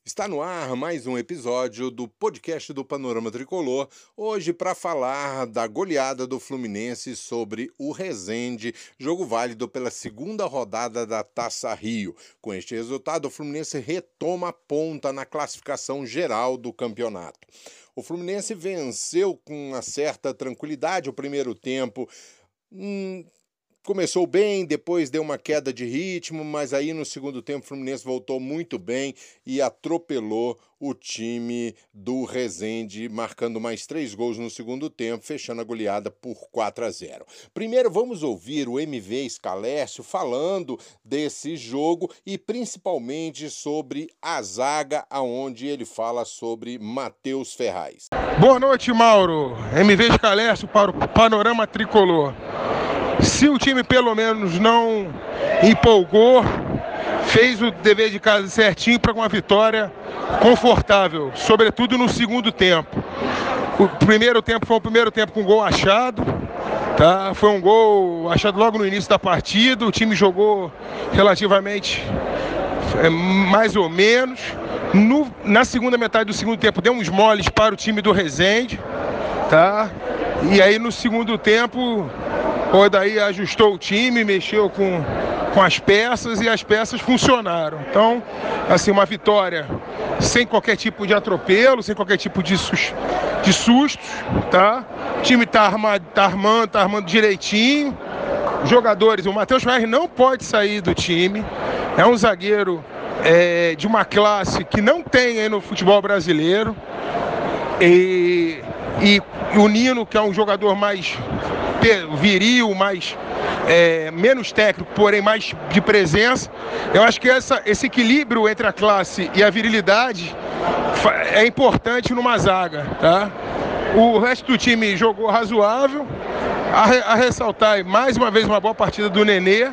Está no ar mais um episódio do podcast do Panorama Tricolor, hoje para falar da goleada do Fluminense sobre o Resende, jogo válido pela segunda rodada da Taça Rio. Com este resultado, o Fluminense retoma a ponta na classificação geral do campeonato. O Fluminense venceu com uma certa tranquilidade o primeiro tempo. Começou bem, depois deu uma queda de ritmo, mas aí no segundo tempo o Fluminense voltou muito bem e atropelou o time do Resende, marcando mais 3 gols no segundo tempo, fechando a goleada por 4-0. Primeiro vamos ouvir o MV Scalessio falando desse jogo e principalmente sobre a zaga, onde ele fala sobre Matheus Ferraz. Boa noite, Mauro. MV Scalessio para o Panorama Tricolor. Se o time pelo menos não empolgou, fez o dever de casa certinho para uma vitória confortável, sobretudo no segundo tempo. O primeiro tempo foi um primeiro tempo com gol achado, tá? Foi um gol achado logo no início da partida, o time jogou relativamente mais ou menos. Na segunda metade do segundo tempo deu uns moles para o time do Resende, tá? E aí no segundo tempo o Odair ajustou o time, mexeu com as peças e as peças funcionaram. Então, assim, uma vitória sem qualquer tipo de atropelo, sem qualquer tipo de sustos, tá? O time tá armando direitinho. Jogadores, o Matheus Ferraz não pode sair do time. É um zagueiro de uma classe que não tem aí no futebol brasileiro. E o Nino, que é um jogador mais viril, mais menos técnico, porém mais de presença. Eu acho que esse equilíbrio entre a classe e a virilidade é importante numa zaga, tá? O resto do time jogou razoável. A ressaltar mais uma vez uma boa partida do Nenê.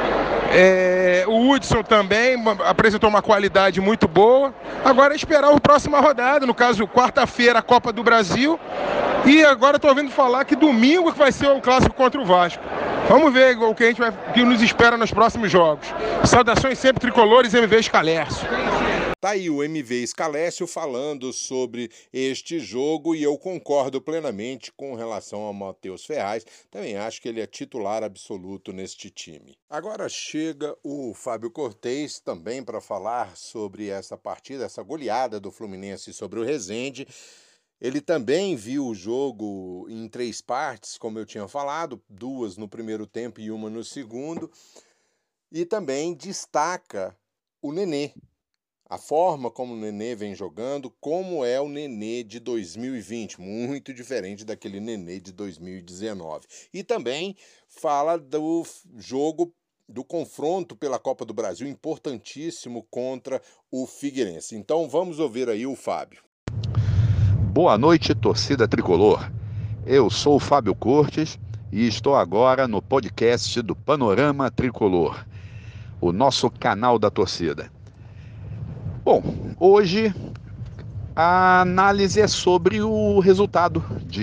O Hudson também apresentou uma qualidade muito boa. Agora é esperar a próxima rodada, no caso, quarta-feira, a Copa do Brasil. E agora estou ouvindo falar que domingo que vai ser o clássico contra o Vasco. Vamos ver o que nos espera nos próximos jogos. Saudações sempre tricolores, MV Scalessio. Tá aí o MV Scalessio falando sobre este jogo e eu concordo plenamente com relação ao Matheus Ferraz. Também acho que ele é titular absoluto neste time. Agora chega o Fábio Cortez também para falar sobre essa partida, essa goleada do Fluminense sobre o Resende. Ele também viu o jogo em 3 partes, como eu tinha falado, 2 no primeiro tempo e 1 no segundo. E também destaca o Nenê. A forma como o Nenê vem jogando, como é o Nenê de 2020, muito diferente daquele Nenê de 2019. E também fala do jogo, do confronto pela Copa do Brasil, importantíssimo contra o Figueirense. Então vamos ouvir aí o Fábio. Boa noite, torcida tricolor. Eu sou o Fábio Cortes e estou agora no podcast do Panorama Tricolor, o nosso canal da torcida. Bom, hoje a análise é sobre o resultado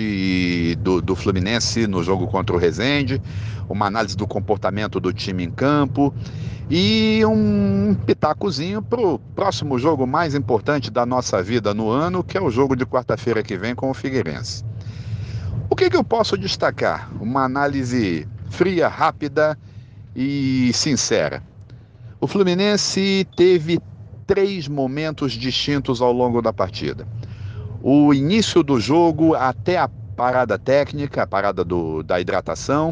do Fluminense no jogo contra o Resende, uma análise do comportamento do time em campo e um pitacozinho para o próximo jogo mais importante da nossa vida no ano, que é o jogo de quarta-feira que vem com o Figueirense. O que eu posso destacar? Uma análise fria, rápida e sincera. O Fluminense teve 3 momentos distintos ao longo da partida. O início do jogo até a parada técnica, a parada da hidratação,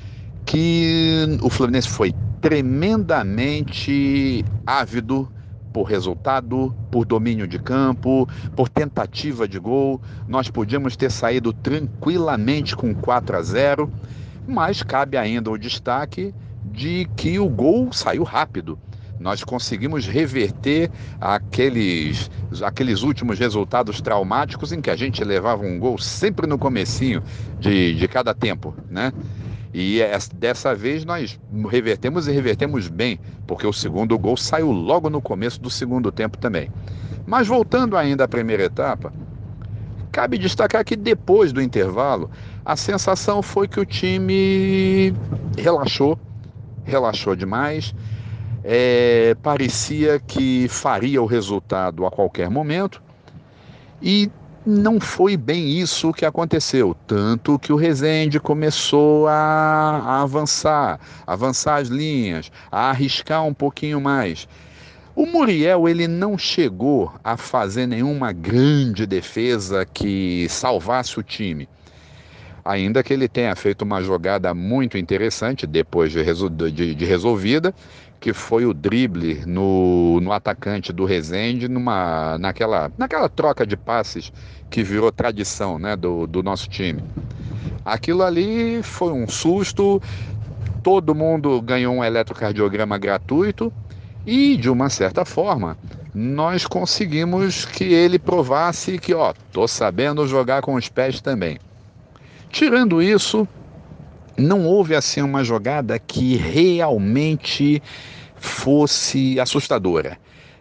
que o Fluminense foi tremendamente ávido por resultado, por domínio de campo, por tentativa de gol. Nós podíamos ter saído tranquilamente com 4-0, mas cabe ainda o destaque de que o gol saiu rápido. Nós conseguimos reverter aqueles últimos resultados traumáticos em que a gente levava um gol sempre no comecinho de cada tempo, né? E dessa vez nós revertemos bem, porque o segundo gol saiu logo no começo do segundo tempo também. Mas voltando ainda à primeira etapa, cabe destacar que depois do intervalo, a sensação foi que o time relaxou demais. parecia que faria o resultado a qualquer momento, e não foi bem isso que aconteceu, tanto que o Rezende começou a avançar as linhas, a arriscar um pouquinho mais. O Muriel, ele não chegou a fazer nenhuma grande defesa que salvasse o time, ainda que ele tenha feito uma jogada muito interessante depois de resolvida, que foi o drible no atacante do Rezende, naquela troca de passes que virou tradição, né, do nosso time. Aquilo ali foi um susto, todo mundo ganhou um eletrocardiograma gratuito e, de uma certa forma, nós conseguimos que ele provasse que, tô sabendo jogar com os pés também. Tirando isso, não houve assim uma jogada que realmente fosse assustadora.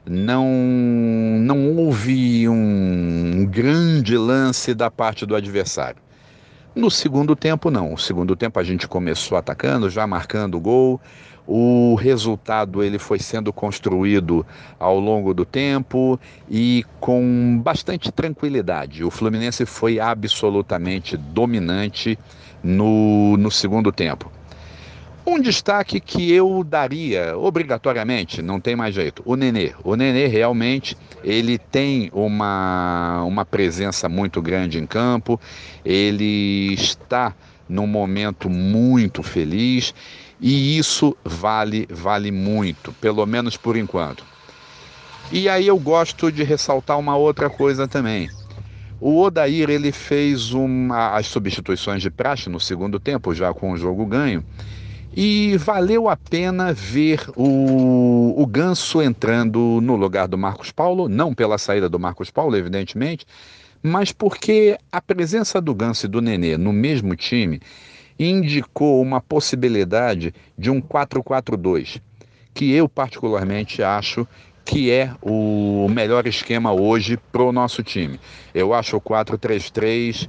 Não houve um grande lance da parte do adversário. No segundo tempo, não. No segundo tempo a gente começou atacando, já marcando o gol. O resultado ele foi sendo construído ao longo do tempo e com bastante tranquilidade. O Fluminense foi absolutamente dominante no segundo tempo. Um destaque que eu daria, obrigatoriamente, não tem mais jeito, o Nenê. O Nenê realmente, ele tem uma presença muito grande em campo, ele está num momento muito feliz e isso vale muito, pelo menos por enquanto. E aí eu gosto de ressaltar uma outra coisa também. O Odair, ele fez as substituições de praxe no segundo tempo, já com o jogo ganho, e valeu a pena ver o Ganso entrando no lugar do Marcos Paulo, não pela saída do Marcos Paulo, evidentemente, mas porque a presença do Ganso e do Nenê no mesmo time indicou uma possibilidade de um 4-4-2, que eu particularmente acho que é o melhor esquema hoje para o nosso time. Eu acho o 4-3-3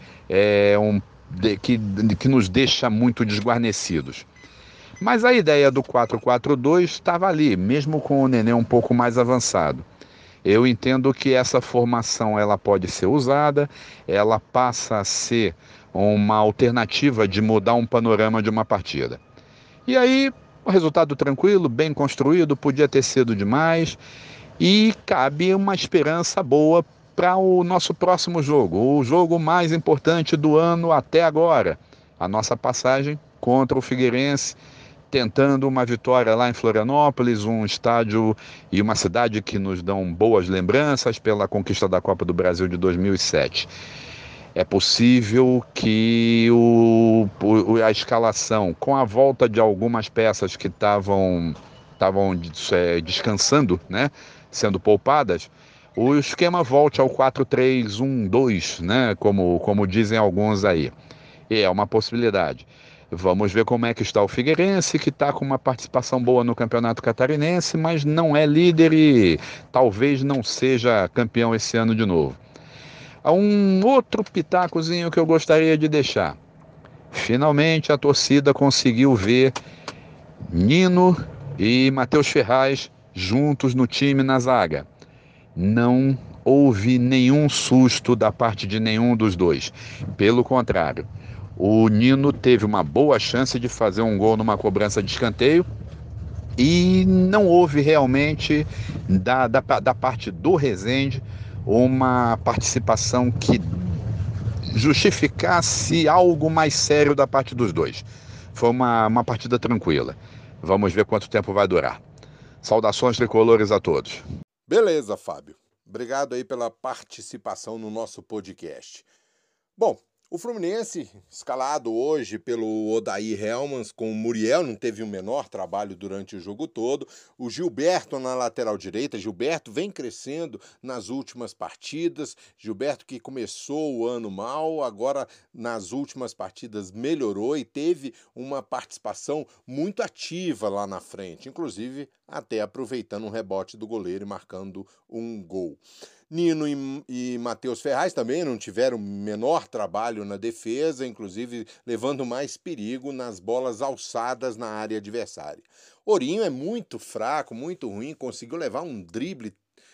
que nos deixa muito desguarnecidos. Mas a ideia do 4-4-2 estava ali, mesmo com o Nenê um pouco mais avançado. Eu entendo que essa formação ela pode ser usada, ela passa a ser uma alternativa de mudar um panorama de uma partida. E aí, o resultado tranquilo, bem construído, podia ter sido demais, e cabe uma esperança boa para o nosso próximo jogo, o jogo mais importante do ano até agora, a nossa passagem contra o Figueirense, tentando uma vitória lá em Florianópolis, um estádio e uma cidade que nos dão boas lembranças pela conquista da Copa do Brasil de 2007. É possível que a escalação, com a volta de algumas peças que estavam descansando, né, sendo poupadas, o esquema volte ao 4-3-1-2, né, como dizem alguns aí. E é uma possibilidade. Vamos ver como é que está o Figueirense, que está com uma participação boa no Campeonato Catarinense, mas não é líder e talvez não seja campeão esse ano de novo. Há um outro pitacozinho que eu gostaria de deixar. Finalmente a torcida conseguiu ver Nino e Matheus Ferraz juntos no time na zaga. Não houve nenhum susto da parte de nenhum dos dois. Pelo contrário, o Nino teve uma boa chance de fazer um gol numa cobrança de escanteio e não houve realmente da parte do Rezende uma participação que justificasse algo mais sério da parte dos dois. Foi uma partida tranquila. Vamos ver quanto tempo vai durar. Saudações tricolores a todos. Beleza, Fábio. Obrigado aí pela participação no nosso podcast. Bom, o Fluminense, escalado hoje pelo Odair Hellmann com o Muriel, não teve o menor trabalho durante o jogo todo. O Gilberto na lateral direita. Gilberto vem crescendo nas últimas partidas. Gilberto que começou o ano mal, agora nas últimas partidas melhorou e teve uma participação muito ativa lá na frente, inclusive até aproveitando um rebote do goleiro e marcando um gol. Nino e Matheus Ferraz também não tiveram menor trabalho na defesa, inclusive levando mais perigo nas bolas alçadas na área adversária. Ourinho é muito fraco, muito ruim, conseguiu levar um drible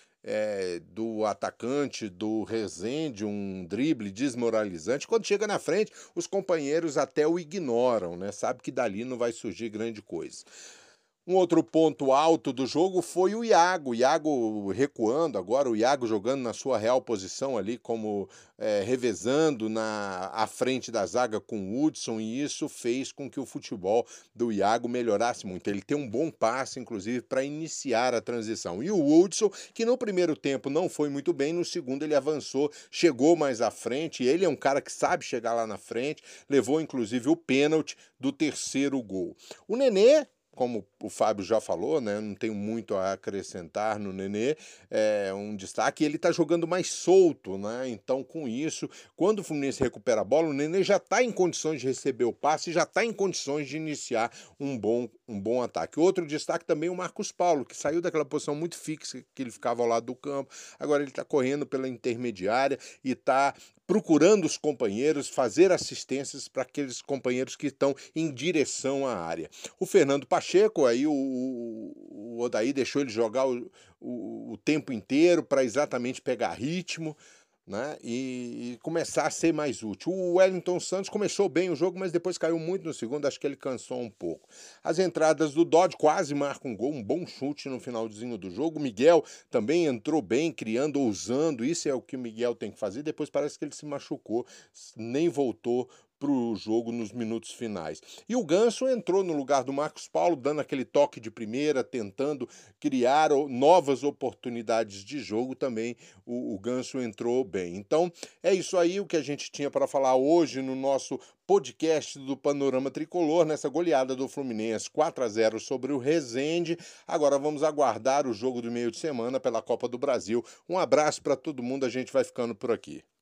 do atacante do Rezende, um drible desmoralizante. Quando chega na frente, os companheiros até o ignoram, né? Sabe que dali não vai surgir grande coisa. Um outro ponto alto do jogo foi o Iago recuando agora, o Iago jogando na sua real posição ali, como revezando à frente da zaga com o Hudson, e isso fez com que o futebol do Iago melhorasse muito. Ele tem um bom passe, inclusive, para iniciar a transição. E o Hudson, que no primeiro tempo não foi muito bem, no segundo ele avançou, chegou mais à frente, ele é um cara que sabe chegar lá na frente, levou inclusive o pênalti do terceiro gol. O Nenê, como o Fábio já falou, né, não tenho muito a acrescentar no Nenê, é um destaque, ele está jogando mais solto, né, então com isso, quando o Fluminense recupera a bola, o Nenê já está em condições de receber o passe e já está em condições de iniciar um bom ataque. Outro destaque também é o Marcos Paulo, que saiu daquela posição muito fixa que ele ficava ao lado do campo, agora ele está correndo pela intermediária e está procurando os companheiros, fazer assistências para aqueles companheiros que estão em direção à área. O Fernando Pacheco, aí o Odair deixou ele jogar o tempo inteiro para exatamente pegar ritmo, né, e começar a ser mais útil. O Wellington Santos começou bem o jogo, mas depois caiu muito no segundo, acho que ele cansou um pouco. As entradas do Dodge quase marcam um gol, um bom chute no finalzinho do jogo. O Miguel também entrou bem, criando, ousando, isso é o que o Miguel tem que fazer. Depois parece que ele se machucou, nem voltou para o jogo nos minutos finais. E o Ganso entrou no lugar do Marcos Paulo, dando aquele toque de primeira, tentando criar novas oportunidades de jogo também. O Ganso entrou bem. Então, é isso aí o que a gente tinha para falar hoje no nosso podcast do Panorama Tricolor, nessa goleada do Fluminense 4-0 sobre o Rezende. Agora vamos aguardar o jogo do meio de semana pela Copa do Brasil. Um abraço para todo mundo, a gente vai ficando por aqui.